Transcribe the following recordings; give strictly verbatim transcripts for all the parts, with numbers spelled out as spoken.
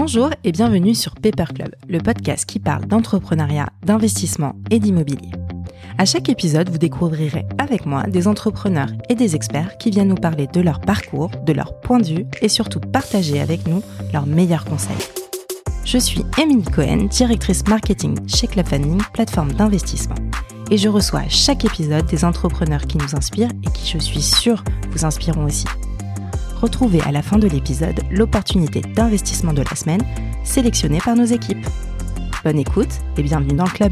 Bonjour et bienvenue sur Paper Club, le podcast qui parle d'entrepreneuriat, d'investissement et d'immobilier. À chaque épisode, vous découvrirez avec moi des entrepreneurs et des experts qui viennent nous parler de leur parcours, de leur point de vue et surtout partager avec nous leurs meilleurs conseils. Je suis Émilie Cohen, directrice marketing chez Club Funding, plateforme d'investissement. Et je reçois à chaque épisode des entrepreneurs qui nous inspirent et qui, je suis sûre, vous inspireront aussi. Retrouvez à la fin de l'épisode l'opportunité d'investissement de la semaine sélectionnée par nos équipes. Bonne écoute et bienvenue dans le club.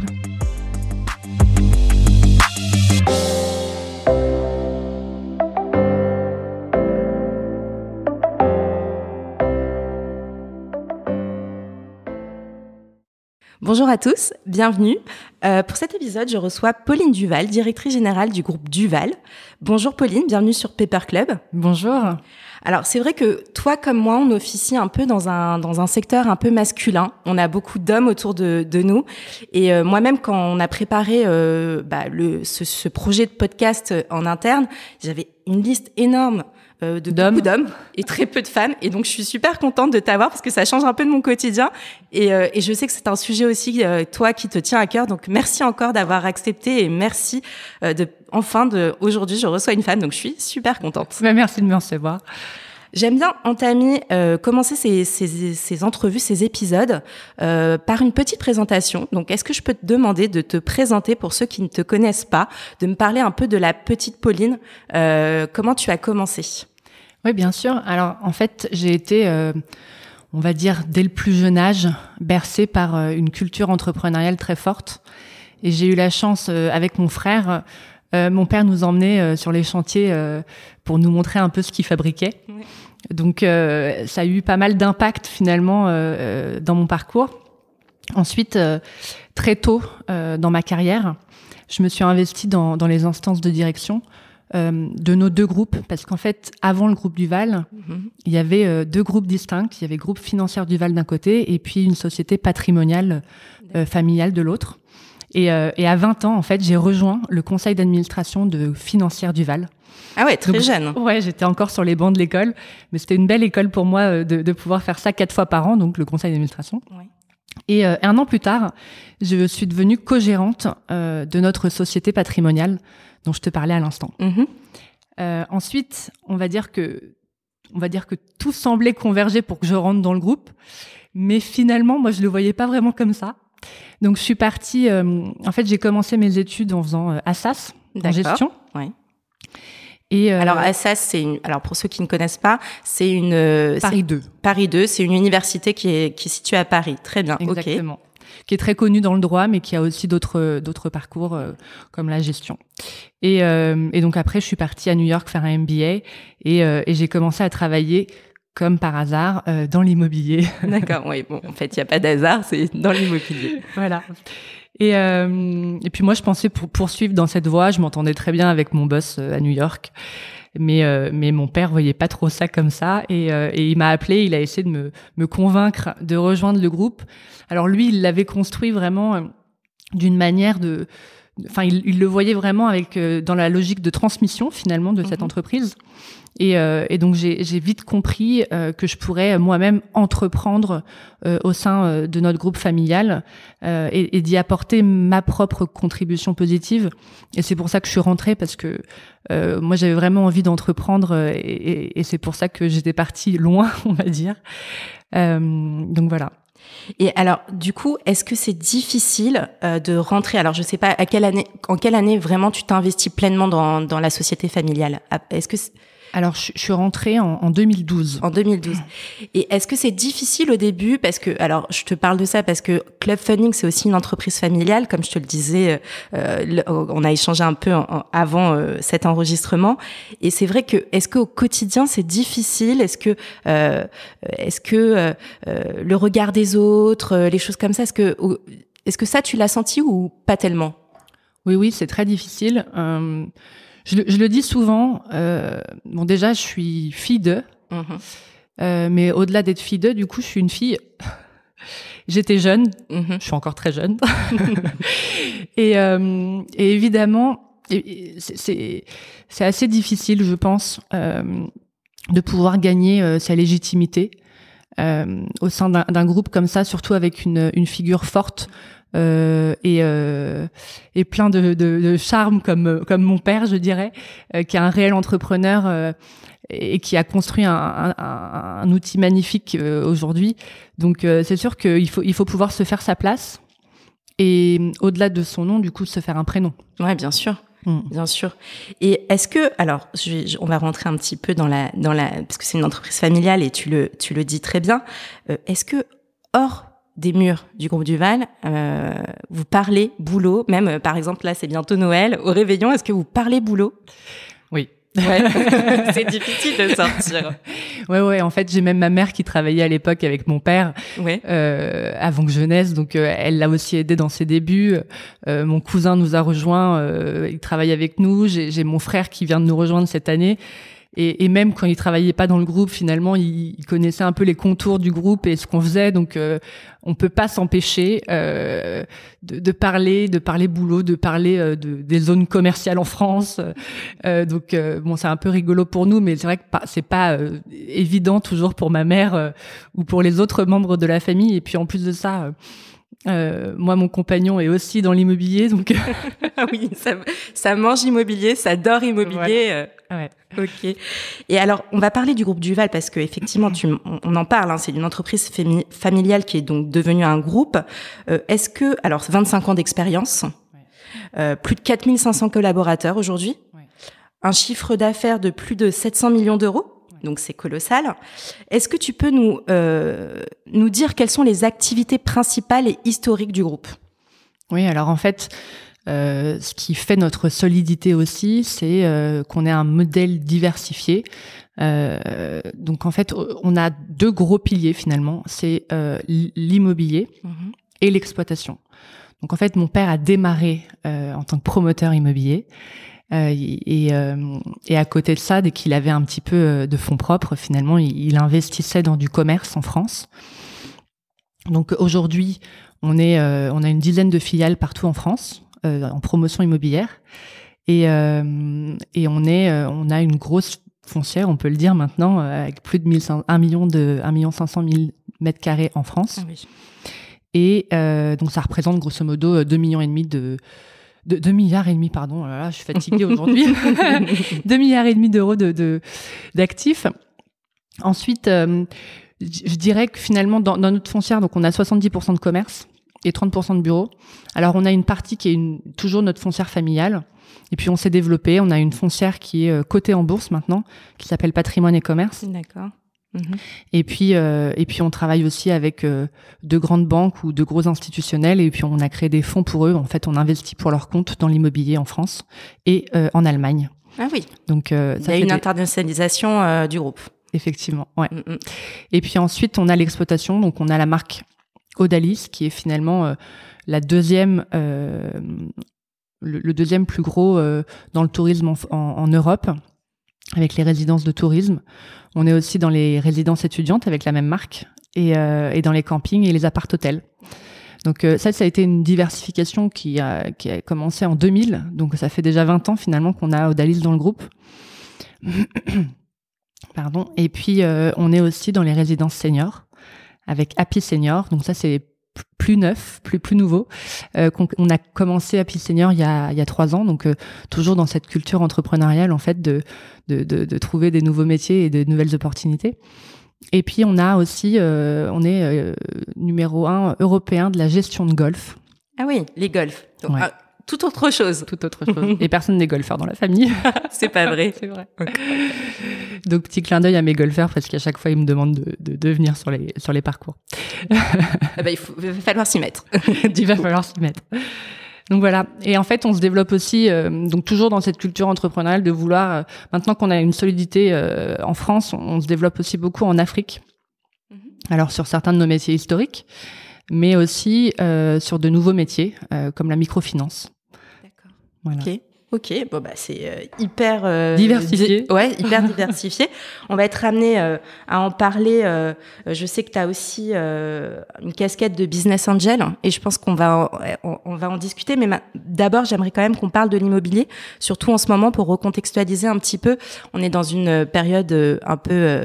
Bonjour à tous, bienvenue. Euh, pour cet épisode, je reçois Pauline Duval, directrice générale du groupe Duval. Bonjour Pauline, bienvenue sur Paper Club. Bonjour. Alors c'est vrai que toi comme moi, on officie un peu dans un dans un secteur un peu masculin. On a beaucoup d'hommes autour de de nous. Et euh, moi-même, quand on a préparé euh, bah, le ce, ce projet de podcast en interne, j'avais une liste énorme. Euh, de d'hommes. beaucoup d'hommes et très peu de femmes, et donc je suis super contente de t'avoir parce que ça change un peu de mon quotidien et, euh, et je sais que c'est un sujet aussi euh, toi qui te tient à cœur, donc merci encore d'avoir accepté et merci euh, de enfin de aujourd'hui je reçois une femme, donc je suis super contente. Mais merci de me recevoir. J'aime bien entamer, euh, commencer ces, ces, ces entrevues, ces épisodes euh, par une petite présentation. Donc, est-ce que je peux te demander de te présenter pour ceux qui ne te connaissent pas, de me parler un peu de la petite Pauline, euh, comment tu as commencé ? Oui, bien sûr. Alors, en fait, j'ai été, euh, on va dire, dès le plus jeune âge, bercée par euh, une culture entrepreneuriale très forte. Et j'ai eu la chance, euh, avec mon frère, euh, mon père nous emmenait euh, sur les chantiers euh, pour nous montrer un peu ce qu'il fabriquait. Oui. Donc, euh, ça a eu pas mal d'impact finalement euh, dans mon parcours. Ensuite, euh, très tôt euh, dans ma carrière, je me suis investie dans, dans les instances de direction euh, de nos deux groupes, parce qu'en fait, avant le groupe Duval, mm-hmm. il y avait euh, deux groupes distincts. Il y avait Groupe Financière Duval d'un côté et puis une société patrimoniale euh, familiale de l'autre. Et, euh, et à vingt ans, en fait, j'ai rejoint le conseil d'administration de Financière Duval. Ah ouais, très Donc, jeune. Ouais, j'étais encore sur les bancs de l'école, mais c'était une belle école pour moi de, de pouvoir faire ça quatre fois par an, donc le conseil d'administration. Ouais. Et euh, un an plus tard, je suis devenue co-gérante euh, de notre société patrimoniale dont je te parlais à l'instant. Mm-hmm. Euh, ensuite, on va dire que, on va dire que tout semblait converger pour que je rentre dans le groupe, mais finalement, moi, je le voyais pas vraiment comme ça. Donc, je suis partie. Euh, en fait, j'ai commencé mes études en faisant euh, Assas en gestion. Ouais. Et euh, alors Assas, c'est une, alors pour ceux qui ne connaissent pas, c'est une euh, Paris deux. Paris deux, c'est une université qui est qui est située à Paris. Très bien. Exactement. Okay. Qui est très connue dans le droit, mais qui a aussi d'autres d'autres parcours euh, comme la gestion. Et euh, et donc après, je suis partie à New York faire un M B A et euh, et j'ai commencé à travailler comme par hasard euh, dans l'immobilier. D'accord. Oui. Bon, en fait, il y a pas d'hasard, c'est dans l'immobilier. Voilà. Et, euh, et puis moi, je pensais pour poursuivre dans cette voie. Je m'entendais très bien avec mon boss euh, à New York, mais euh, mais mon père voyait pas trop ça comme ça. Et, euh, et il m'a appelé. Il a essayé de me me convaincre de rejoindre le groupe. Alors lui, il l'avait construit vraiment euh, d'une manière de, enfin, il, il le voyait vraiment avec euh, dans la logique de transmission finalement de cette mmh. entreprise. Et, euh, et donc j'ai, j'ai vite compris euh, que je pourrais moi-même entreprendre euh, au sein euh, de notre groupe familial euh, et, et d'y apporter ma propre contribution positive. Et c'est pour ça que je suis rentrée, parce que euh, moi j'avais vraiment envie d'entreprendre et, et, et c'est pour ça que j'étais partie loin, on va dire. Euh, donc voilà. Et alors, du coup, est-ce que c'est difficile euh, de rentrer ? Alors, je sais pas à quelle année, en quelle année vraiment tu t'investis pleinement dans dans la société familiale ? Est-ce que c'est... Alors, je, je suis rentrée en, en deux mille douze. En deux mille douze. Et est-ce que c'est difficile au début ? Parce que, alors, je te parle de ça parce que Club Funding, c'est aussi une entreprise familiale, comme je te le disais. Euh, le, on a échangé un peu en, en, avant euh, cet enregistrement. Et c'est vrai que, est-ce qu'au quotidien, c'est difficile ? Est-ce que, euh, est-ce que euh, euh, le regard des autres, euh, les choses comme ça, est-ce que, ou, est-ce que ça, tu l'as senti ou pas tellement ? Oui, oui, c'est très difficile. Euh, Je le, je le dis souvent, euh, bon déjà je suis fille d'eux, mmh. euh, mais au-delà d'être fille d'eux, du coup je suis une fille, j'étais jeune, mmh. je suis encore très jeune, et, euh, et évidemment et, et c'est, c'est, c'est assez difficile je pense euh, de pouvoir gagner euh, sa légitimité euh, au sein d'un, d'un groupe comme ça, surtout avec une, une figure forte euh, et, euh, et plein de, de, de charme comme, comme mon père, je dirais, euh, qui est un réel entrepreneur euh, et qui a construit un, un, un, un outil magnifique euh, aujourd'hui. Donc euh, c'est sûr qu'il faut, il faut pouvoir se faire sa place et au-delà de son nom, du coup, se faire un prénom. Ouais, bien sûr. Mmh. Bien sûr. Et est-ce que, alors, je vais, je, on va rentrer un petit peu dans la, dans la, parce que c'est une entreprise familiale et tu le, tu le dis très bien. Euh, est-ce que hors des murs du groupe Duval, euh, vous parlez boulot, même euh, par exemple là c'est bientôt Noël, au réveillon, est-ce que vous parlez boulot? Oui. Ouais. C'est difficile de sortir. Ouais, ouais. En fait, j'ai même ma mère qui travaillait à l'époque avec mon père, ouais. euh, avant que je naisse. Donc, euh, elle l'a aussi aidé dans ses débuts. Euh, mon cousin nous a rejoints. Euh, il travaille avec nous. J'ai, j'ai mon frère qui vient de nous rejoindre cette année. Et, et même quand il travaillait pas dans le groupe, finalement, il, il connaissait un peu les contours du groupe et ce qu'on faisait. Donc, euh, on peut pas s'empêcher euh, de, de parler, de parler boulot, de parler euh, de, des zones commerciales en France. Euh, donc, euh, bon, c'est un peu rigolo pour nous, mais c'est vrai que pas, c'est pas euh, évident toujours pour ma mère euh, ou pour les autres membres de la famille. Et puis, en plus de ça. Euh, Euh, moi, mon compagnon est aussi dans l'immobilier, donc ah oui, ça, ça mange immobilier, ça dort immobilier. Voilà. Euh, ouais. Ok. Et alors, on va parler du groupe Duval parce que effectivement, tu, on, on en parle. Hein, c'est une entreprise fami- familiale qui est donc devenue un groupe. Euh, est-ce que, alors, vingt-cinq ans d'expérience, ouais. euh, plus de quatre mille cinq cents collaborateurs aujourd'hui, ouais. un chiffre d'affaires de plus de sept cents millions d'euros. Donc c'est colossal. Est-ce que tu peux nous euh, nous dire quelles sont les activités principales et historiques du groupe? Oui, alors en fait, euh, ce qui fait notre solidité aussi, c'est euh, qu'on est un modèle diversifié. Euh, donc en fait, on a deux gros piliers finalement, c'est euh, l'immobilier mmh. et l'exploitation. Donc en fait, mon père a démarré euh, en tant que promoteur immobilier. Euh, et, euh, et à côté de ça, dès qu'il avait un petit peu de fonds propres, finalement, il, il investissait dans du commerce en France. Donc aujourd'hui, on est, euh, on a une dizaine de filiales partout en France euh, en promotion immobilière, et, euh, et on est, euh, on a une grosse foncière, on peut le dire maintenant, euh, avec plus de un million de un million cinq cent mille mètres carrés en France. Ah oui. Et euh, donc ça représente grosso modo deux millions et demi de De, deux milliards et demi, pardon, oh là là, je suis fatiguée aujourd'hui. deux milliards et demi d'euros de, de, d'actifs. Ensuite, euh, je dirais que finalement, dans, dans notre foncière, donc on a soixante-dix pour cent de commerce et trente pour cent de bureaux. Alors, on a une partie qui est une, toujours notre foncière familiale. Et puis, on s'est développé. On a une foncière qui est cotée en bourse maintenant, qui s'appelle Patrimoine et Commerce. D'accord. Mmh. Et puis, euh, et puis on travaille aussi avec euh, de grandes banques ou de gros institutionnels. Et puis on a créé des fonds pour eux. En fait, on investit pour leur compte dans l'immobilier en France et euh, en Allemagne. Ah oui. Donc, euh, ça il y a une des... internationalisation euh, du groupe. Effectivement, ouais. Mmh. Et puis ensuite, on a l'exploitation. Donc, on a la marque Odalis, qui est finalement euh, la deuxième, euh, le, le deuxième plus gros euh, dans le tourisme en, en, en Europe, avec les résidences de tourisme. On est aussi dans les résidences étudiantes avec la même marque et, euh, et dans les campings et les appart-hôtels. Donc euh, ça, ça a été une diversification qui a, qui a commencé en deux mille. Donc ça fait déjà vingt ans finalement qu'on a Odalis dans le groupe. Pardon. Et puis euh, on est aussi dans les résidences seniors avec Happy Senior. Donc ça, c'est plus neuf, plus plus nouveau. Euh, qu'on, on a commencé Happy Senior il y a il y a trois ans, donc euh, toujours dans cette culture entrepreneuriale en fait de de de, de trouver des nouveaux métiers et de nouvelles opportunités. Et puis on a aussi, euh, on est euh, numéro un européen de la gestion de golf. Ah oui, les golfs. Donc, ouais. ah, tout autre chose. Tout autre chose. Et personne n'est golfeur dans la famille. C'est pas vrai. C'est vrai. Okay. Donc petit clin d'œil à mes golfeurs parce qu'à chaque fois ils me demandent de, de, de venir sur les sur les parcours. Ah bah, il, faut, il va falloir s'y mettre. Il va falloir s'y mettre. Donc voilà. Et en fait, on se développe aussi, euh, donc toujours dans cette culture entrepreneuriale de vouloir. Euh, maintenant qu'on a une solidité euh, en France, on, on se développe aussi beaucoup en Afrique. Mm-hmm. Alors sur certains de nos métiers historiques, mais aussi euh, sur de nouveaux métiers euh, comme la microfinance. D'accord. Voilà. Ok. Ok, bon bah c'est euh, hyper euh, diversifié. Di- ouais, hyper diversifié. On va être amené euh, à en parler. Euh, je sais que tu as aussi euh, une casquette de business angel et je pense qu'on va en, on, on va en discuter. Mais ma- d'abord, j'aimerais quand même qu'on parle de l'immobilier, surtout en ce moment pour recontextualiser un petit peu. On est dans une période euh, un peu euh,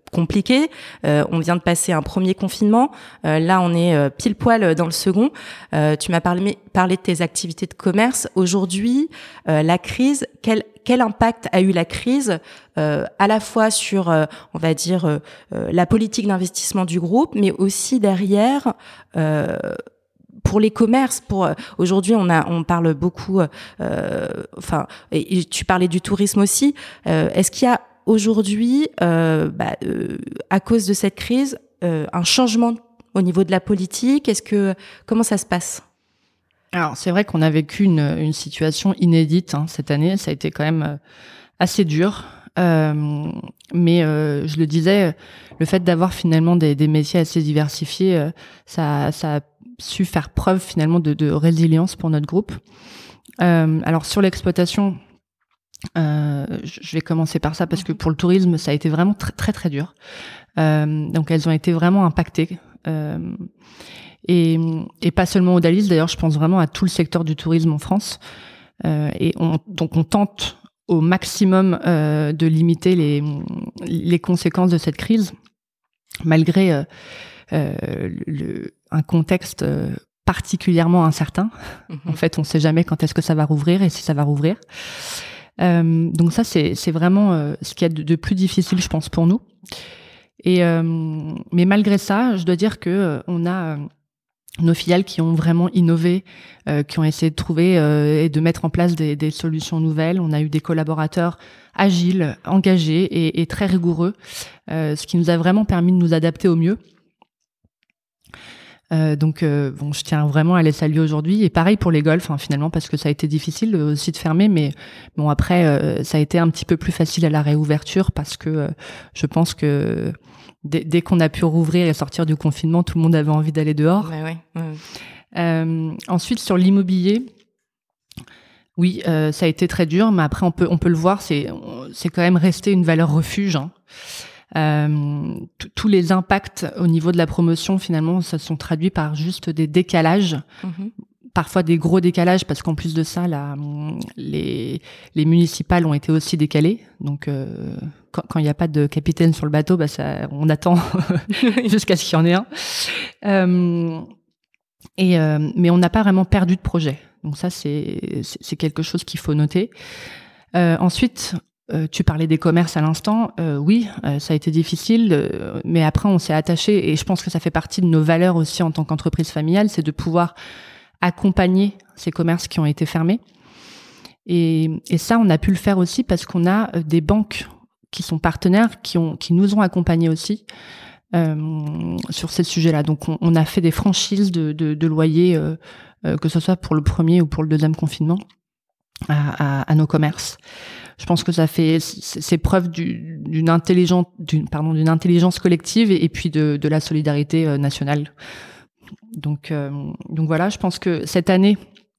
compliqué. Euh, on vient de passer un premier confinement. Euh, là, on est euh, pile poil dans le second. Euh, tu m'as parlé, parlé de tes activités de commerce. Aujourd'hui, euh, la crise, quel, quel impact a eu la crise euh, à la fois sur, euh, on va dire, euh, euh, la politique d'investissement du groupe, mais aussi derrière... Euh, pour les commerces, pour euh, aujourd'hui on a on parle beaucoup, euh, enfin et, et tu parlais du tourisme aussi. Euh, est-ce qu'il y a aujourd'hui, euh, bah, euh, à cause de cette crise, euh, un changement au niveau de la politique? Est-ce que comment ça se passe? Alors c'est vrai qu'on a vécu une, une situation inédite hein, cette année. Ça a été quand même euh, assez dur. Euh, mais euh, je le disais, le fait d'avoir finalement des, des métiers assez diversifiés, euh, ça, ça a su faire preuve finalement de, de résilience pour notre groupe. Euh, alors sur l'exploitation, euh, je vais commencer par ça parce que pour le tourisme, ça a été vraiment très très très dur. Euh, donc elles ont été vraiment impactées. Euh, et, et pas seulement Odalis, d'ailleurs, je pense vraiment à tout le secteur du tourisme en France. Euh, et on, donc on tente au maximum euh, de limiter les, les conséquences de cette crise, malgré euh, euh, le, un contexte euh, particulièrement incertain. Mmh. En fait, on ne sait jamais quand est-ce que ça va rouvrir et si ça va rouvrir. Euh, donc ça, c'est, c'est vraiment euh, ce qu'il y a de, de plus difficile, je pense, pour nous. Et, euh, mais malgré ça, je dois dire que euh, on a... Euh, nos filiales qui ont vraiment innové, euh, qui ont essayé de trouver euh, et de mettre en place des, des solutions nouvelles. On a eu des collaborateurs agiles, engagés et, et très rigoureux, euh, ce qui nous a vraiment permis de nous adapter au mieux. Euh, donc, euh, bon, je tiens vraiment à les saluer aujourd'hui. Et pareil pour les golfs, hein, finalement, parce que ça a été difficile aussi de fermer. Mais bon, après, euh, ça a été un petit peu plus facile à la réouverture parce que euh, je pense que Dès, dès qu'on a pu rouvrir et sortir du confinement, tout le monde avait envie d'aller dehors. Ouais, ouais, ouais. Euh, ensuite, sur l'immobilier, oui, euh, ça a été très dur, mais après, on peut, on peut le voir, c'est, c'est quand même resté une valeur refuge. Hein. Euh, tous les impacts au niveau de la promotion, finalement, ça se sont traduits par juste des décalages. Mm-hmm. Parfois des gros décalages parce qu'en plus de ça, la, les, les municipales ont été aussi décalées. Donc, euh, quand il n'y a pas de capitaine sur le bateau, bah ça, on attend jusqu'à ce qu'il y en ait un. Euh, et, euh, mais on n'a pas vraiment perdu de projet. Donc ça, c'est, c'est, c'est quelque chose qu'il faut noter. Euh, ensuite, euh, tu parlais des commerces à l'instant. Euh, oui, euh, ça a été difficile, euh, mais après, on s'est attaché. Et je pense que ça fait partie de nos valeurs aussi en tant qu'entreprise familiale, c'est de pouvoir accompagner ces commerces qui ont été fermés. Et, et ça, on a pu le faire aussi parce qu'on a des banques qui sont partenaires, qui, ont, qui nous ont accompagnés aussi euh, sur ces sujets-là. Donc, on, on a fait des franchises de, de, de loyers, euh, euh, que ce soit pour le premier ou pour le deuxième confinement, à, à, à nos commerces. Je pense que ça fait c'est, c'est preuve du, d'une, intelligence, d'une, pardon, d'une intelligence collective et, et puis de, de la solidarité euh, nationale. Donc, euh, donc voilà, je pense que cette année,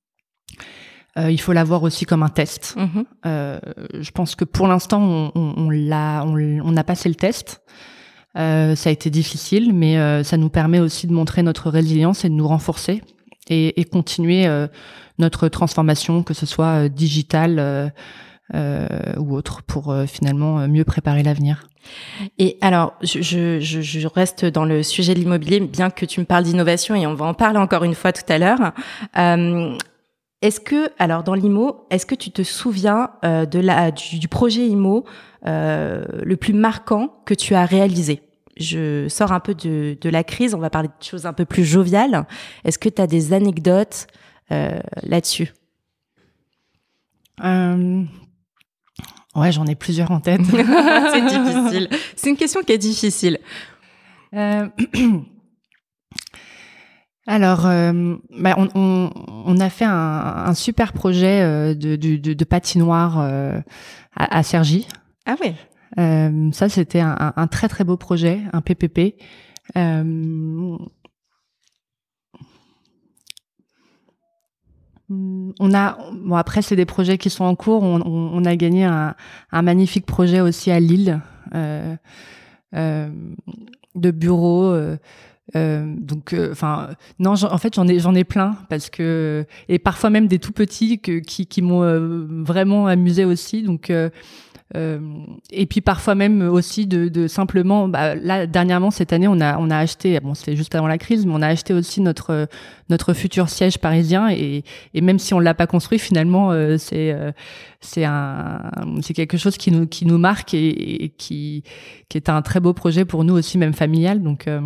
euh, il faut la voir aussi comme un test. Mmh. Euh, je pense que pour l'instant, on, on, on, l'a, on, on a passé le test. Euh, ça a été difficile, mais euh, ça nous permet aussi de montrer notre résilience et de nous renforcer et, et continuer euh, notre transformation, que ce soit euh, digitale euh, euh, ou autre, pour euh, finalement mieux préparer l'avenir. Et alors, je, je, je reste dans le sujet de l'immobilier, bien que tu me parles d'innovation, et on va en parler encore une fois tout à l'heure. Euh, est-ce que, alors dans l'IMO, est-ce que tu te souviens euh, de la, du, du projet IMO euh, le plus marquant que tu as réalisé? Je sors un peu de, de la crise, on va parler de choses un peu plus joviales. Est-ce que tu as des anecdotes euh, là-dessus? euh... Ouais, j'en ai plusieurs en tête. C'est difficile. C'est une question qui est difficile. Euh... Alors, euh, bah on, on, on a fait un, un super projet euh, de, de, de, de patinoire euh, à, à Cergy. Ah oui. Euh, ça, c'était un, un, un très très beau projet, un P P P. Euh, On a, bon après c'est des projets qui sont en cours. On, on, on a gagné un, un magnifique projet aussi à Lille, euh, euh, de bureaux. Euh, euh, donc, enfin, euh, non, en fait j'en ai j'en ai plein parce que et parfois même des tout petits que, qui qui m'ont euh, vraiment amusé aussi. Donc, euh, euh, et puis parfois même aussi de, de simplement, bah, là dernièrement cette année, on a on a acheté, bon c'était juste avant la crise, mais on a acheté aussi notre notre futur siège parisien et et même si on l'a pas construit, finalement euh, c'est euh, c'est un c'est quelque chose qui nous qui nous marque et, et qui qui est un très beau projet pour nous aussi, même familial. Donc euh,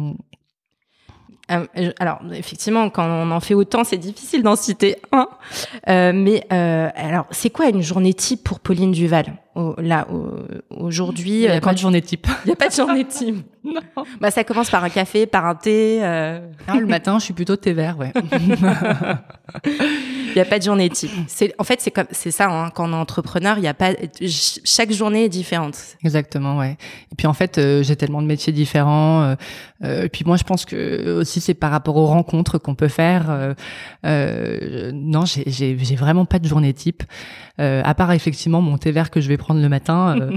Euh, alors, effectivement, quand on en fait autant, c'est difficile d'en citer un. Euh, mais euh, alors, c'est quoi une journée type pour Pauline Duval au, là au, aujourd'hui? Il n'y a pas de journée type. Il n'y a pas de journée type. Non. Bah, ça commence par un café, par un thé. Euh... Ah, le matin, je suis plutôt thé vert, ouais. Il n'y a pas de journée type. C'est, en fait, c'est comme, c'est ça, hein, quand on est entrepreneur, il y a pas, chaque journée est différente. Exactement, ouais. Et puis, en fait, euh, j'ai tellement de métiers différents. Euh, euh, et puis, moi, je pense que aussi, c'est par rapport aux rencontres qu'on peut faire. Euh, euh, non, j'ai, j'ai, j'ai vraiment pas de journée type. Euh, à part, effectivement, mon thé vert que je vais prendre le matin. Euh,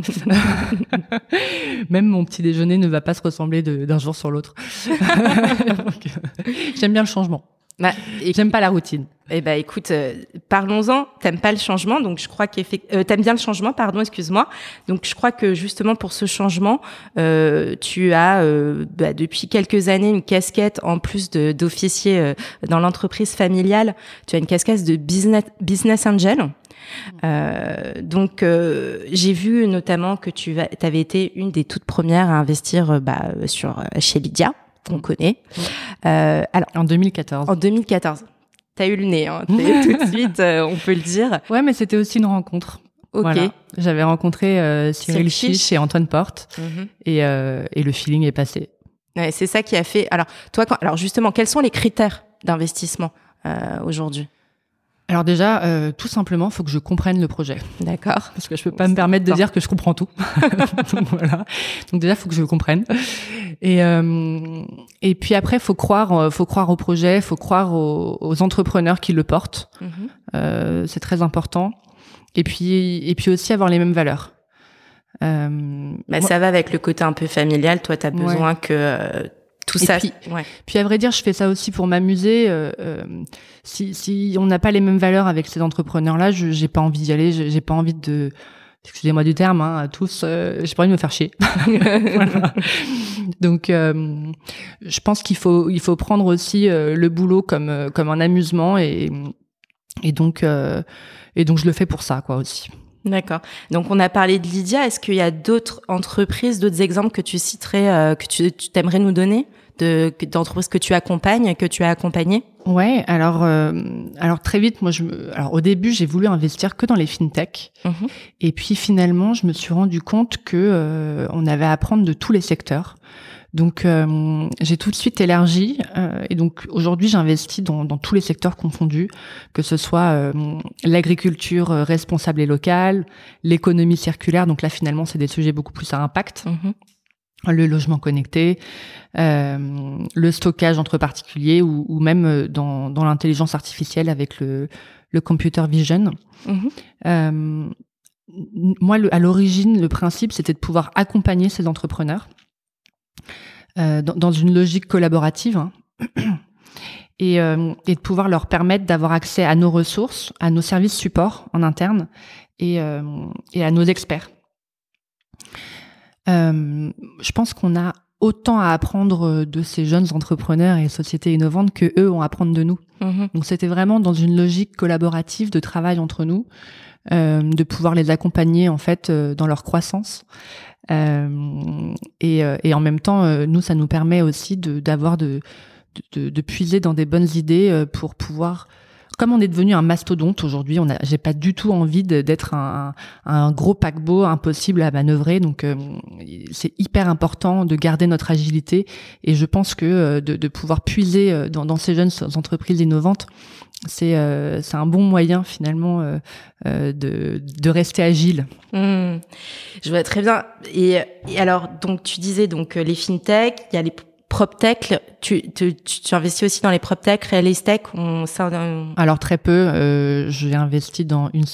même mon petit déjeuner ne va pas se ressembler de, d'un jour sur l'autre. Donc, euh, j'aime bien le changement. Bah, et j'aime pas la routine. Eh ben, écoute, euh, parlons-en. T'aimes pas le changement, donc je crois qu'effectivement, euh, t'aimes bien le changement, pardon, excuse-moi. Donc, je crois que justement pour ce changement, euh, tu as euh, bah, depuis quelques années une casquette en plus de d'officier euh, dans l'entreprise familiale. Tu as une casquette de business business angel. Euh, donc euh, j'ai vu notamment que tu avais été une des toutes premières à investir euh, bah, sur chez Lydia, qu'on connaît. Euh, alors en deux mille quatorze. En deux mille quatorze. T'as eu le nez, hein, tout de suite, euh, on peut le dire. Ouais, mais c'était aussi une rencontre. Ok. Voilà. J'avais rencontré euh, Cyril Chiche et Antoine Porte, mm-hmm. et, euh, et le feeling est passé. Ouais, c'est ça qui a fait. Alors toi, quand... alors justement, quels sont les critères d'investissement euh, aujourd'hui? Alors déjà, euh, tout simplement, faut que je comprenne le projet. D'accord. Parce que je peux pas me permettre de dire que je comprends tout. Donc voilà. Donc déjà, faut que je le comprenne. Et euh, et puis après, faut croire, faut croire au projet, faut croire aux, aux entrepreneurs qui le portent. Mm-hmm. Euh, c'est très important. Et puis et puis aussi avoir les mêmes valeurs. Euh, bah, moi, ça va avec le côté un peu familial. Toi, t'as besoin ouais. que euh, tout et ça. Puis, ouais. puis à vrai dire, je fais ça aussi pour m'amuser. Euh, euh, si, si on n'a pas les mêmes valeurs avec ces entrepreneurs-là, je, j'ai pas envie d'y aller. J'ai, j'ai pas envie de, excusez-moi du terme, hein, à tous. Euh, j'ai pas envie de me faire chier. Voilà. Donc, euh, je pense qu'il faut, il faut prendre aussi euh, le boulot comme, euh, comme un amusement et, et donc, euh, et donc je le fais pour ça, quoi, aussi. D'accord. Donc, on a parlé de Lydia. Est-ce qu'il y a d'autres entreprises, d'autres exemples que tu citerais, euh, que tu, tu t'aimerais nous donner, de, d'entreprises que tu accompagnes, que tu as accompagnées? Ouais. Alors, euh, alors très vite, moi, je me, alors au début, j'ai voulu investir que dans les fintech, mmh. et puis finalement, je me suis rendu compte que euh, on avait à apprendre de tous les secteurs. Donc, euh, j'ai tout de suite élargi euh, et donc aujourd'hui, j'investis dans, dans tous les secteurs confondus, que ce soit euh, l'agriculture responsable et locale, l'économie circulaire. Donc là, finalement, c'est des sujets beaucoup plus à impact. Mmh. Le logement connecté, euh, le stockage entre particuliers ou, ou même dans, dans l'intelligence artificielle avec le, le computer vision. Mmh. Euh, moi, le, à l'origine, le principe, c'était de pouvoir accompagner ces entrepreneurs Euh, dans, dans une logique collaborative hein, et, euh, et de pouvoir leur permettre d'avoir accès à nos ressources, à nos services support en interne et, euh, et à nos experts. Euh, je pense qu'on a autant à apprendre de ces jeunes entrepreneurs et sociétés innovantes que eux ont à apprendre de nous. Mmh. Donc c'était vraiment dans une logique collaborative de travail entre nous, euh, de pouvoir les accompagner en fait euh, dans leur croissance. Euh, et, et en même temps, euh, nous, ça nous permet aussi de, d'avoir de, de, de puiser dans des bonnes idées pour pouvoir. Comme on est devenu un mastodonte aujourd'hui, on a, j'ai pas du tout envie de, d'être un, un gros paquebot impossible à manœuvrer. Donc, euh, c'est hyper important de garder notre agilité. Et je pense que de, de pouvoir puiser dans, dans ces jeunes entreprises innovantes, c'est euh, c'est un bon moyen finalement euh, euh, de de rester agile. Mmh. Je vois très bien. Et, et alors donc tu disais donc les fintech, il y a les proptech. Tu tu tu investis aussi dans les proptech, real estate. On, ça, on... Alors très peu. Euh, j'ai investi dans une seule.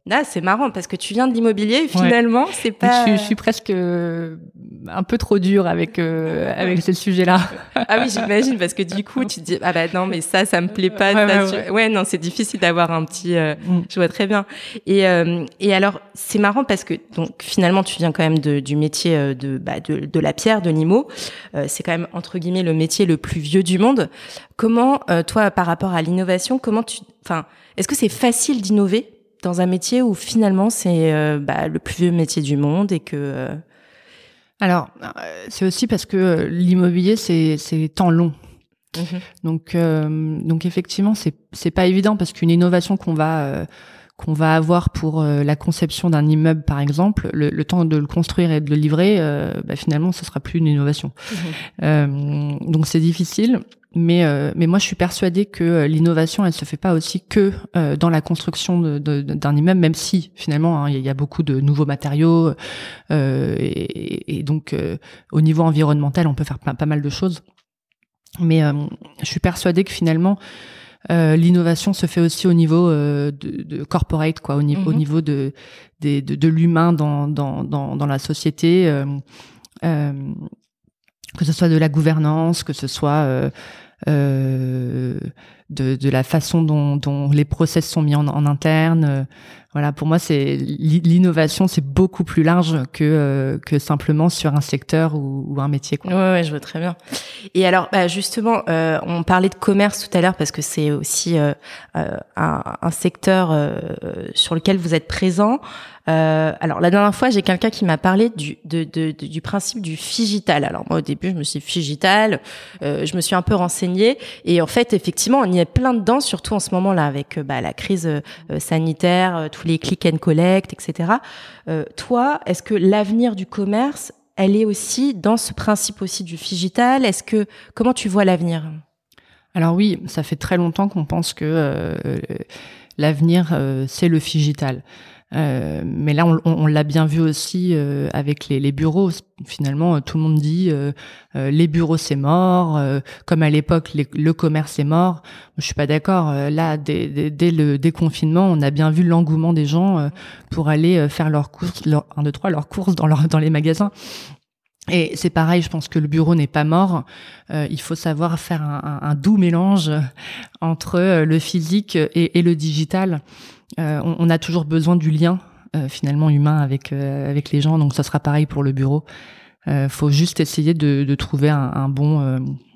Là, c'est marrant parce que tu viens de l'immobilier, finalement, ouais. c'est pas. Je, je suis presque euh, un peu trop dure avec euh, avec ce sujet-là. Ah oui, j'imagine parce que du coup, tu te dis ah bah non, mais ça, ça me plaît pas. Ouais, ça, ouais, tu... ouais. ouais, non, c'est difficile d'avoir un petit. Euh... Mm. Je vois très bien. Et euh, et alors, c'est marrant parce que donc finalement, tu viens quand même de, du métier de bah de, de la pierre, de l'immo. Euh, c'est quand même entre guillemets le métier le plus vieux du monde. Comment euh, toi, par rapport à l'innovation, comment tu, enfin, est-ce que c'est facile d'innover dans un métier où finalement c'est euh, bah, le plus vieux métier du monde et que euh... alors c'est aussi parce que l'immobilier c'est c'est temps long. Mmh. Donc euh, donc effectivement c'est c'est pas évident parce qu'une innovation qu'on va euh, qu'on va avoir pour euh, la conception d'un immeuble par exemple, le, le temps de le construire et de le livrer, euh, bah, finalement ce sera plus une innovation. Mmh. Euh, donc c'est difficile. Mais euh, mais moi je suis persuadée que euh, l'innovation elle se fait pas aussi que euh, dans la construction de, de, d'un immeuble, même si finalement il hein, y, y a beaucoup de nouveaux matériaux euh, et, et donc euh, au niveau environnemental on peut faire pas, pas mal de choses. Mais euh, je suis persuadée que finalement euh, l'innovation se fait aussi au niveau euh, de, de corporate quoi, au, ni- mm-hmm. au niveau de, de de de l'humain dans dans dans dans la société. Euh, euh, que ce soit de la gouvernance, que ce soit euh, euh, de, de la façon dont, dont les process sont mis en, en interne. Euh, voilà, pour moi, c'est l'innovation, c'est beaucoup plus large que euh, que simplement sur un secteur ou, ou un métier, quoi. Ouais, ouais, je vois très bien. Et alors, bah, justement, euh, on parlait de commerce tout à l'heure parce que c'est aussi euh, euh, un, un secteur euh, sur lequel vous êtes présent. Euh, alors la dernière fois, j'ai quelqu'un qui m'a parlé du de, de, de du principe du figital. Alors moi au début, je me suis dit figital, euh, je me suis un peu renseignée et en fait effectivement, on y est plein dedans, surtout en ce moment-là avec bah, la crise euh, sanitaire, euh, tous les click and collect, et cetera. Euh, toi, est-ce que l'avenir du commerce, elle est aussi dans ce principe aussi du figital? Est-ce que comment tu vois l'avenir? Alors oui, ça fait très longtemps qu'on pense que euh, l'avenir euh, c'est le figital. Euh, mais là, on, on, on l'a bien vu aussi euh, avec les, les bureaux. Finalement, tout le monde dit euh, euh, les bureaux c'est mort, euh, comme à l'époque les, le commerce est mort. Je suis pas d'accord. Là, dès, dès, dès le déconfinement, on a bien vu l'engouement des gens euh, pour aller euh, faire leurs courses, leur un, deux, trois, leurs courses dans, leur, dans les magasins. Et c'est pareil, je pense que le bureau n'est pas mort. Euh, il faut savoir faire un, un, un doux mélange entre le physique et, et le digital. Euh, on, on a toujours besoin du lien euh, finalement humain avec euh, avec les gens, donc ça sera pareil pour le bureau. Euh, faut juste essayer de, de trouver un, un bon euh,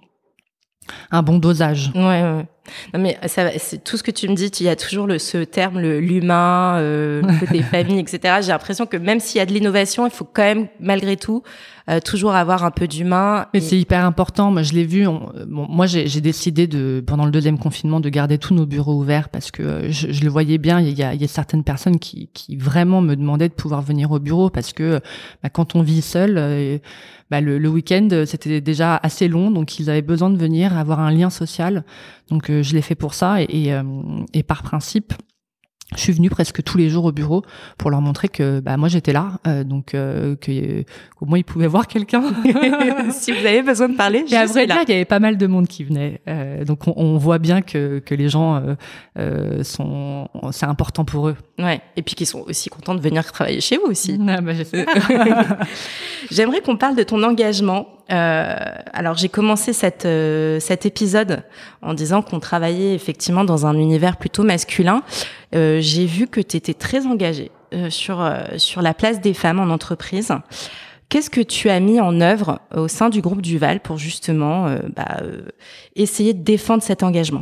un bon dosage. Ouais, ouais. Non mais ça, c'est tout ce que tu me dis. Il y a toujours le, ce terme, le, l'humain, euh, le côté famille, et cetera. J'ai l'impression que même s'il y a de l'innovation, il faut quand même, malgré tout, euh, toujours avoir un peu d'humain. Mais et... c'est hyper important. Moi, je l'ai vu. On, bon, moi, j'ai, j'ai décidé de, pendant le deuxième confinement, de garder tous nos bureaux ouverts parce que euh, je, je le voyais bien. Il y a, il y a certaines personnes qui, qui vraiment me demandaient de pouvoir venir au bureau parce que bah, quand on vit seul. Euh, Bah, le, le week-end, c'était déjà assez long, donc ils avaient besoin de venir, avoir un lien social. Donc, euh, je l'ai fait pour ça. Et, et, euh, et par principe, je suis venue presque tous les jours au bureau pour leur montrer que bah, moi, j'étais là. Euh, donc, euh, que, euh, au moins, ils pouvaient voir quelqu'un. Si vous avez besoin de parler, je et à vrai suis là. dire, il y avait pas mal de monde qui venait. Euh, donc, on, on voit bien que, que les gens euh, euh, sont... C'est important pour eux. Ouais. Et puis qu'ils sont aussi contents de venir travailler chez vous aussi. Ah, bah, j'espère. J'aimerais qu'on parle de ton engagement. Euh, alors j'ai commencé cette, euh, cet épisode en disant qu'on travaillait effectivement dans un univers plutôt masculin. Euh, j'ai vu que tu étais très engagée euh, sur euh, sur la place des femmes en entreprise. Qu'est-ce que tu as mis en œuvre au sein du groupe Duval pour justement euh, bah, euh, essayer de défendre cet engagement?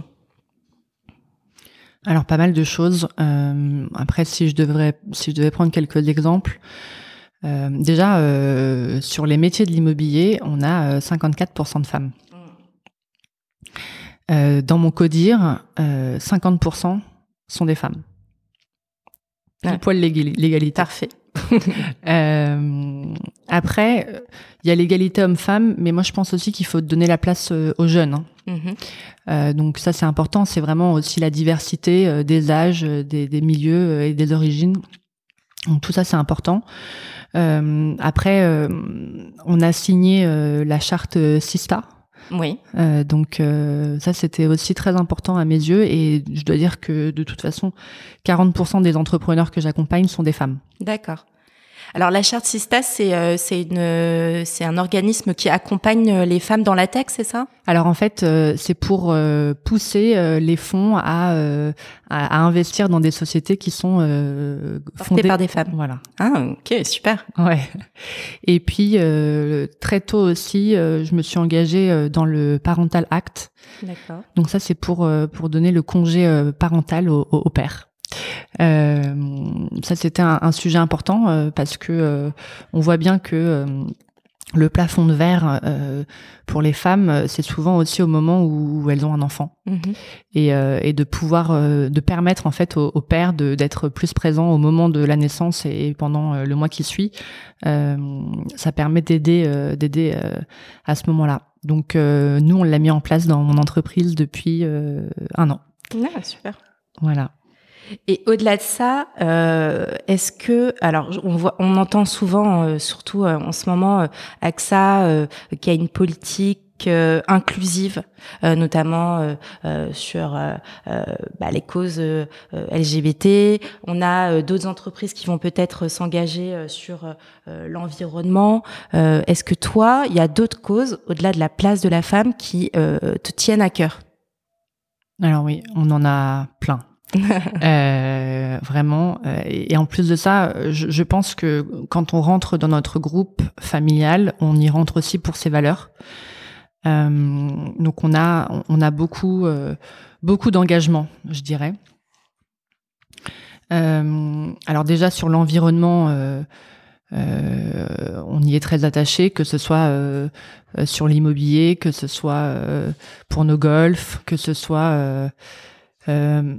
Alors pas mal de choses. Euh, après, si je devrais si je devais prendre quelques exemples. Euh, déjà, euh, sur les métiers de l'immobilier, on a euh, cinquante-quatre pour cent de femmes. Euh, dans mon codir, euh, cinquante pour cent sont des femmes. Pile ouais. Poil l'égalité. Parfait. euh, après, il y a l'égalité homme-femme, mais moi je pense aussi qu'il faut donner la place euh, aux jeunes. Hein. Mm-hmm. Euh, donc ça c'est important, c'est vraiment aussi la diversité euh, des âges, euh, des, des milieux euh, et des origines. Donc tout ça c'est important. Euh, après, euh, on a signé euh, la charte Sista, Oui. Euh, donc euh, ça, c'était aussi très important à mes yeux. Et je dois dire que de toute façon, quarante pour cent des entrepreneurs que j'accompagne sont des femmes. D'accord. Alors la charte Sistas, c'est euh, c'est une c'est un organisme qui accompagne les femmes dans la tech, c'est ça? Alors en fait, euh, c'est pour euh, pousser euh, les fonds à, euh, à à investir dans des sociétés qui sont euh, fondées par des femmes. Voilà. Ah ok, super. Ouais. Et puis euh, très tôt aussi, euh, je me suis engagée euh, dans le Parental Act. D'accord. Donc ça, c'est pour euh, pour donner le congé euh, parental au, au, au père. Euh, ça c'était un, un sujet important euh, parce que euh, on voit bien que euh, le plafond de verre euh, pour les femmes, c'est souvent aussi au moment où, où elles ont un enfant. Mmh. Et, euh, et de pouvoir euh, de permettre en fait au, au père de, d'être plus présent au moment de la naissance et pendant euh, le mois qui suit, euh, ça permet d'aider euh, d'aider euh, à ce moment-là. Donc euh, nous on l'a mis en place dans mon entreprise depuis euh, un an. Ah, super. Voilà. Et au-delà de ça, euh, est-ce que, alors on voit, on entend souvent, euh, surtout euh, en ce moment, euh, A X A euh, qui a une politique euh, inclusive, euh, notamment euh, euh, sur euh, euh, bah, les causes euh, L G B T. On a euh, d'autres entreprises qui vont peut-être s'engager euh, sur euh, l'environnement. Euh, est-ce que toi, il y a d'autres causes au-delà de la place de la femme qui euh, te tiennent à cœur? Alors oui, on en a plein. euh, vraiment. Euh, et en plus de ça, je, je pense que quand on rentre dans notre groupe familial, on y rentre aussi pour ses valeurs. Euh, donc on a, on a beaucoup, euh, beaucoup d'engagement, je dirais. Euh, alors déjà sur l'environnement, euh, euh, on y est très attaché, que ce soit euh, sur l'immobilier, que ce soit euh, pour nos golfs, que ce soit euh, Euh,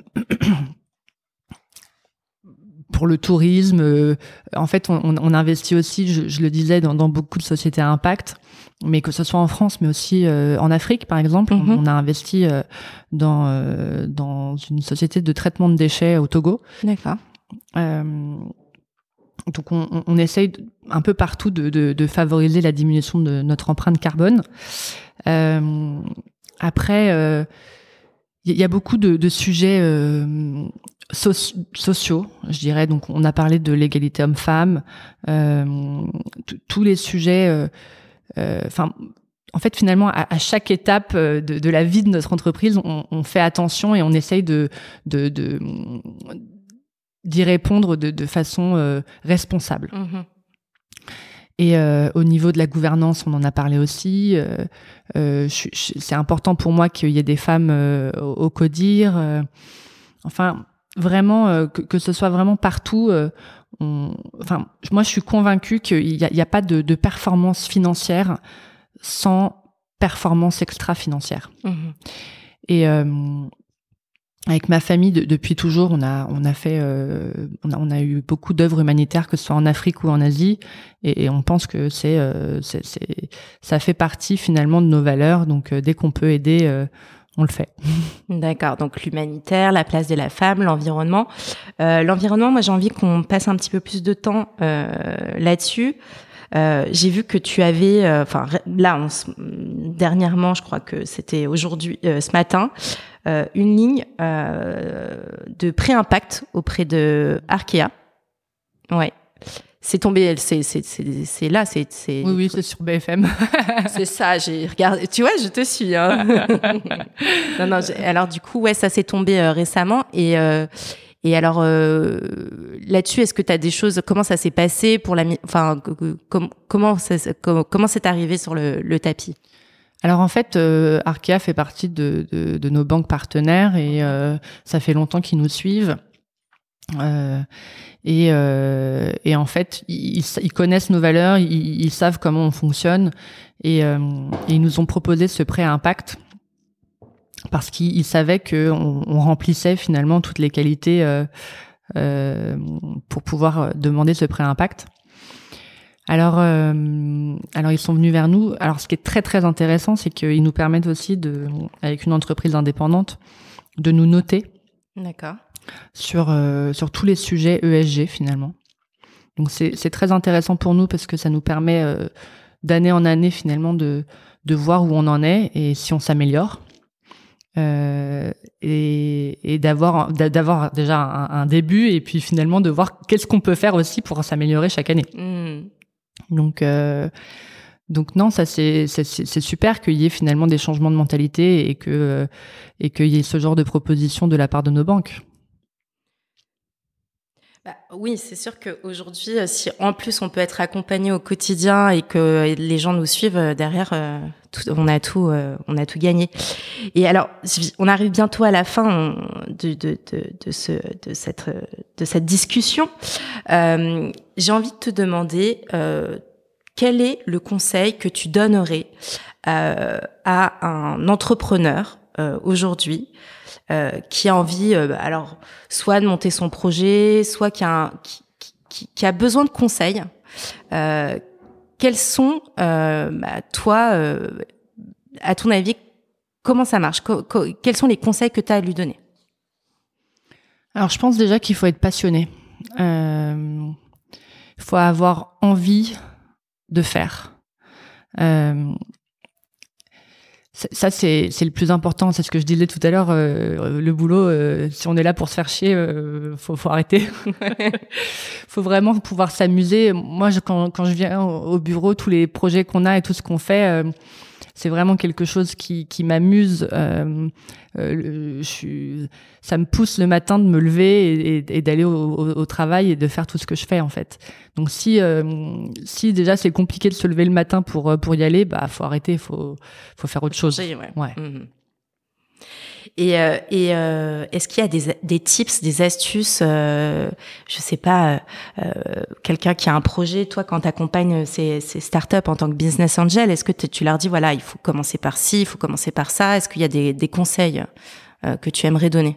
pour le tourisme, euh, en fait, on, on investit aussi, je, je le disais, dans, dans beaucoup de sociétés à impact, mais que ce soit en France, mais aussi euh, en Afrique, par exemple. Mm-hmm. On, on a investi euh, dans euh, dans une société de traitement de déchets au Togo. D'accord. Euh, donc, on, on essaye un peu partout de, de, de favoriser la diminution de notre empreinte carbone. Euh, après. Euh, Il y a beaucoup de, de sujets euh, so- sociaux, je dirais. Donc, on a parlé de l'égalité homme-femme, euh, t- tous les sujets. Enfin, euh, euh, en fait, finalement, à, à chaque étape de, de la vie de notre entreprise, on, on fait attention et on essaye de, de, de d'y répondre de, de façon euh, responsable. Mmh. Et euh, au niveau de la gouvernance, on en a parlé aussi. Euh, euh, je, je, c'est important pour moi qu'il y ait des femmes euh, au, au CODIR. Euh, enfin, vraiment, euh, que, que ce soit vraiment partout. Euh, on, enfin, moi, je suis convaincue qu'il n'y a, il y a pas de, de performance financière sans performance extra-financière. Mmh. Et euh, avec ma famille, de, depuis toujours, on a on a fait euh, on a on a eu beaucoup d'œuvres humanitaires, que ce soit en Afrique ou en Asie, et, et on pense que c'est, euh, c'est c'est ça fait partie finalement de nos valeurs. Donc euh, dès qu'on peut aider, euh, on le fait. D'accord. Donc l'humanitaire, la place de la femme, l'environnement. Euh, l'environnement, moi j'ai envie qu'on passe un petit peu plus de temps euh, là-dessus. Euh, j'ai vu que tu avais, enfin euh, là, on, dernièrement, je crois que c'était aujourd'hui, euh, ce matin, euh, une ligne euh, de pré-impact auprès de Arkea. Ouais, c'est tombé, c'est c'est c'est, c'est là, c'est c'est. Oui oui, c'est sur B F M. C'est ça, j'ai regardé. Tu vois, je te suis. Hein. non non. Alors du coup, ouais, ça s'est tombé euh, récemment et. Euh, Et alors euh, là-dessus, est-ce que tu as des choses? Comment ça s'est passé pour la, enfin com- comment ça, com- comment c'est arrivé sur le, le tapis? Alors en fait, euh, Arkea fait partie de, de, de nos banques partenaires et euh, ça fait longtemps qu'ils nous suivent. Euh, et, euh, et en fait, ils, ils connaissent nos valeurs, ils, ils savent comment on fonctionne et, euh, et ils nous ont proposé ce prêt à impact. Parce qu'ils savaient qu'on on remplissait finalement toutes les qualités euh, euh, pour pouvoir demander ce prêt à impact. Alors, euh, alors ils sont venus vers nous. Alors, ce qui est très très intéressant, c'est qu'ils nous permettent aussi, de, avec une entreprise indépendante, de nous noter. D'accord. Sur euh, sur tous les sujets E S G finalement. Donc c'est c'est très intéressant pour nous parce que ça nous permet euh, d'année en année finalement de de voir où on en est et si on s'améliore. Euh, et, et d'avoir, d'avoir déjà un, un début et puis finalement de voir qu'est-ce qu'on peut faire aussi pour s'améliorer chaque année. Mmh. Donc, euh, donc non, ça c'est, c'est, c'est super qu'il y ait finalement des changements de mentalité et que euh, et qu'il y ait ce genre de propositions de la part de nos banques. Bah, oui, c'est sûr qu'aujourd'hui, si en plus on peut être accompagné au quotidien et que les gens nous suivent derrière, euh, tout, on a tout, euh, on a tout gagné. Et alors, on arrive bientôt à la fin de de de, de ce de cette de cette discussion. Euh, j'ai envie de te demander euh, quel est le conseil que tu donnerais euh, à un entrepreneur euh, aujourd'hui. Euh, qui a envie, euh, alors soit de monter son projet, soit qui a, un, qui, qui, qui a besoin de conseils. Euh, quels sont, euh, bah, toi, euh, à ton avis, comment ça marche ? co- co- Quels sont les conseils que tu as à lui donner ? Alors, je pense déjà qu'il faut être passionné. Il euh, faut avoir envie de faire. Euh, Ça, c'est, c'est le plus important. C'est ce que je disais tout à l'heure. Euh, le boulot, euh, si on est là pour se faire chier, euh, faut, faut arrêter. Faut vraiment pouvoir s'amuser. Moi, je, quand, quand je viens au bureau, tous les projets qu'on a et tout ce qu'on fait, euh, c'est vraiment quelque chose qui, qui m'amuse. Euh, euh, je suis, ça me pousse le matin de me lever et, et, et d'aller au, au, au travail et de faire tout ce que je fais en fait. Donc si, euh, si déjà c'est compliqué de se lever le matin pour pour y aller, bah faut arrêter, faut faut faire autre chose. Ouais. Ouais. Mmh. Et, euh, et euh, est-ce qu'il y a des, des tips, des astuces, euh, je sais pas, euh, quelqu'un qui a un projet, toi quand t'accompagnes ces, ces startups en tant que business angel, est-ce que tu leur dis voilà, il faut commencer par ci, il faut commencer par ça, est-ce qu'il y a des, des conseils euh, que tu aimerais donner ?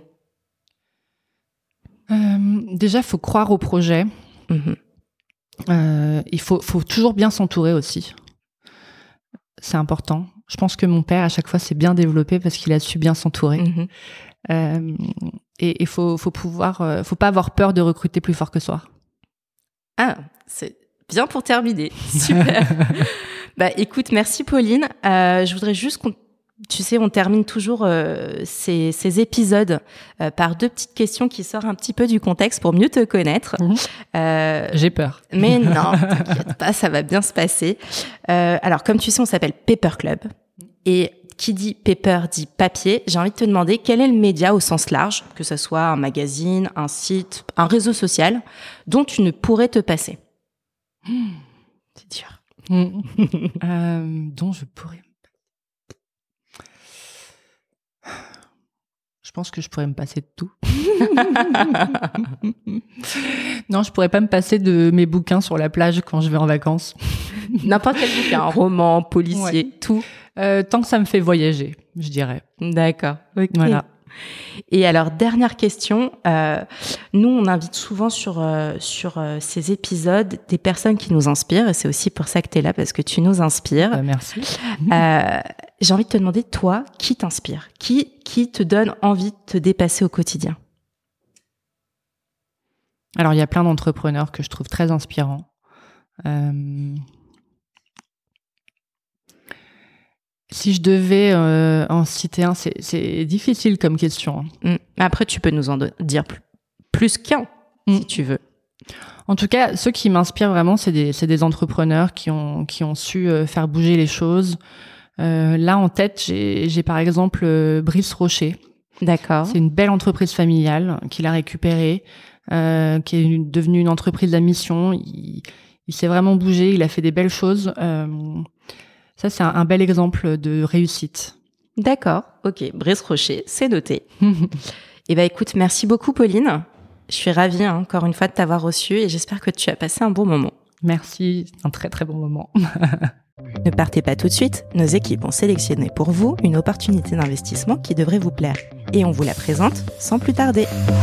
euh, Déjà, faut croire au projet. Mmh. Euh, il faut, faut toujours bien s'entourer aussi. C'est important. Je pense que mon père, à chaque fois, s'est bien développé parce qu'il a su bien s'entourer. Mmh. Euh, et il faut, faut pouvoir, euh, faut pas avoir peur de recruter plus fort que soi. Ah, c'est bien pour terminer. Super. Bah, écoute, merci Pauline. Euh, je voudrais juste qu'on, tu sais, on termine toujours euh, ces, ces épisodes euh, par deux petites questions qui sortent un petit peu du contexte pour mieux te connaître. Mmh. Euh, J'ai peur. Mais non, t'inquiète pas, ça va bien se passer. Euh, alors, comme tu sais, on s'appelle Paper Club. Et qui dit paper dit papier. J'ai envie de te demander quel est le média au sens large, que ce soit un magazine, un site, un réseau social, dont tu ne pourrais te passer. Mmh. C'est dur. Mmh. euh, dont je pourrais... Je pense que je pourrais me passer de tout. Non, je pourrais pas me passer de mes bouquins sur la plage quand je vais en vacances. N'importe quel bouquin, un roman, policier, ouais. Tout. Euh, tant que ça me fait voyager, je dirais. D'accord. Okay. Voilà. Et alors, dernière question. Euh, nous, on invite souvent sur euh, sur euh, ces épisodes des personnes qui nous inspirent. Et c'est aussi pour ça que tu es là, parce que tu nous inspires. Bah, merci. Euh, j'ai envie de te demander, toi, qui t'inspire ? Qui, qui te donne envie de te dépasser au quotidien ? Alors, il y a plein d'entrepreneurs que je trouve très inspirants. Euh... Si je devais euh, en citer un, c'est, c'est difficile comme question. Mmh. Après, tu peux nous en dire plus, plus qu'un, mmh. si tu veux. En tout cas, ceux qui m'inspirent vraiment, c'est des, c'est des entrepreneurs qui ont, qui ont su euh, faire bouger les choses. Euh, là, en tête, j'ai, j'ai par exemple euh, Brice Rocher. D'accord. C'est une belle entreprise familiale qu'il a récupérée, euh, qui est une, devenue une entreprise à mission. Il, il s'est vraiment bougé, il a fait des belles choses. Euh, Ça, c'est un, un bel exemple de réussite. D'accord. Ok. Brice Rocher, c'est noté. Eh ben, écoute, merci beaucoup, Pauline. Je suis ravie, hein, encore une fois, de t'avoir reçue et j'espère que tu as passé un bon moment. Merci. Un très, très bon moment. Ne partez pas tout de suite. Nos équipes ont sélectionné pour vous une opportunité d'investissement qui devrait vous plaire. Et on vous la présente sans plus tarder.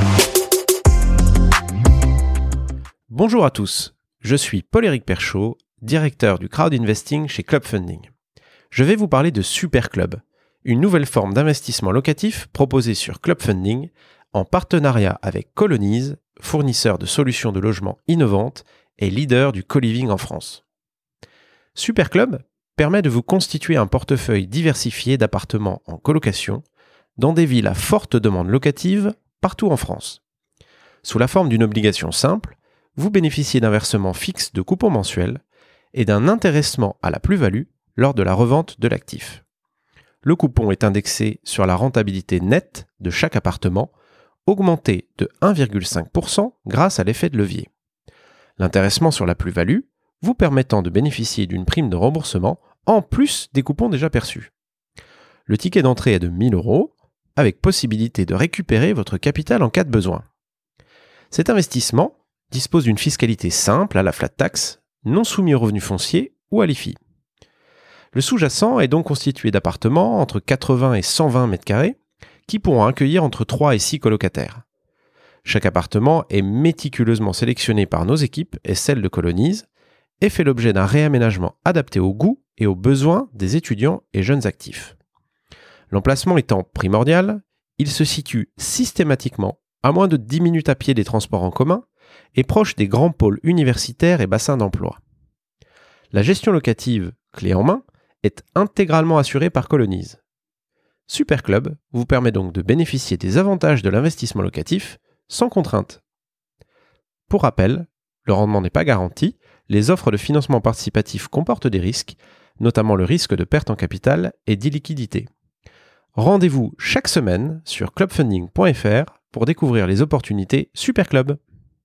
Bonjour à tous. Je suis Paul-Éric Perchaud, directeur du crowd investing chez Club Funding. Je vais vous parler de Super Club, une nouvelle forme d'investissement locatif proposée sur Club Funding en partenariat avec Colonize, fournisseur de solutions de logement innovantes et leader du co-living en France. Super Club, permet de vous constituer un portefeuille diversifié d'appartements en colocation dans des villes à forte demande locative partout en France. Sous la forme d'une obligation simple, vous bénéficiez d'un versement fixe de coupons mensuels et d'un intéressement à la plus-value lors de la revente de l'actif. Le coupon est indexé sur la rentabilité nette de chaque appartement, augmenté de un virgule cinq pour cent grâce à l'effet de levier. L'intéressement sur la plus-value vous permettant de bénéficier d'une prime de remboursement en plus des coupons déjà perçus. Le ticket d'entrée est de mille euros, avec possibilité de récupérer votre capital en cas de besoin. Cet investissement dispose d'une fiscalité simple à la flat tax, non soumis aux revenus fonciers ou à l'I F I. Le sous-jacent est donc constitué d'appartements entre quatre-vingts et cent vingt mètres carrés qui pourront accueillir entre trois et six colocataires. Chaque appartement est méticuleusement sélectionné par nos équipes et celles de Colonize et fait l'objet d'un réaménagement adapté aux goûts et aux besoins des étudiants et jeunes actifs. L'emplacement étant primordial, il se situe systématiquement à moins de dix minutes à pied des transports en commun et proche des grands pôles universitaires et bassins d'emploi. La gestion locative, clé en main, est intégralement assurée par Colonize. Superclub vous permet donc de bénéficier des avantages de l'investissement locatif sans contrainte. Pour rappel, le rendement n'est pas garanti, les offres de financement participatif comportent des risques, notamment le risque de perte en capital et d'illiquidité. Rendez-vous chaque semaine sur clubfunding point f r pour découvrir les opportunités Superclub.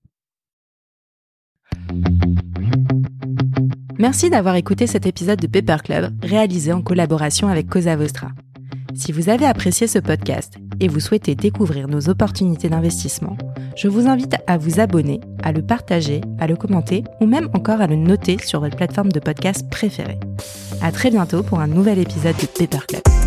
Merci d'avoir écouté cet épisode de Paper Club réalisé en collaboration avec Cosa Vostra. Si vous avez apprécié ce podcast et vous souhaitez découvrir nos opportunités d'investissement, je vous invite à vous abonner, à le partager, à le commenter ou même encore à le noter sur votre plateforme de podcast préférée. À très bientôt pour un nouvel épisode de Paper Club.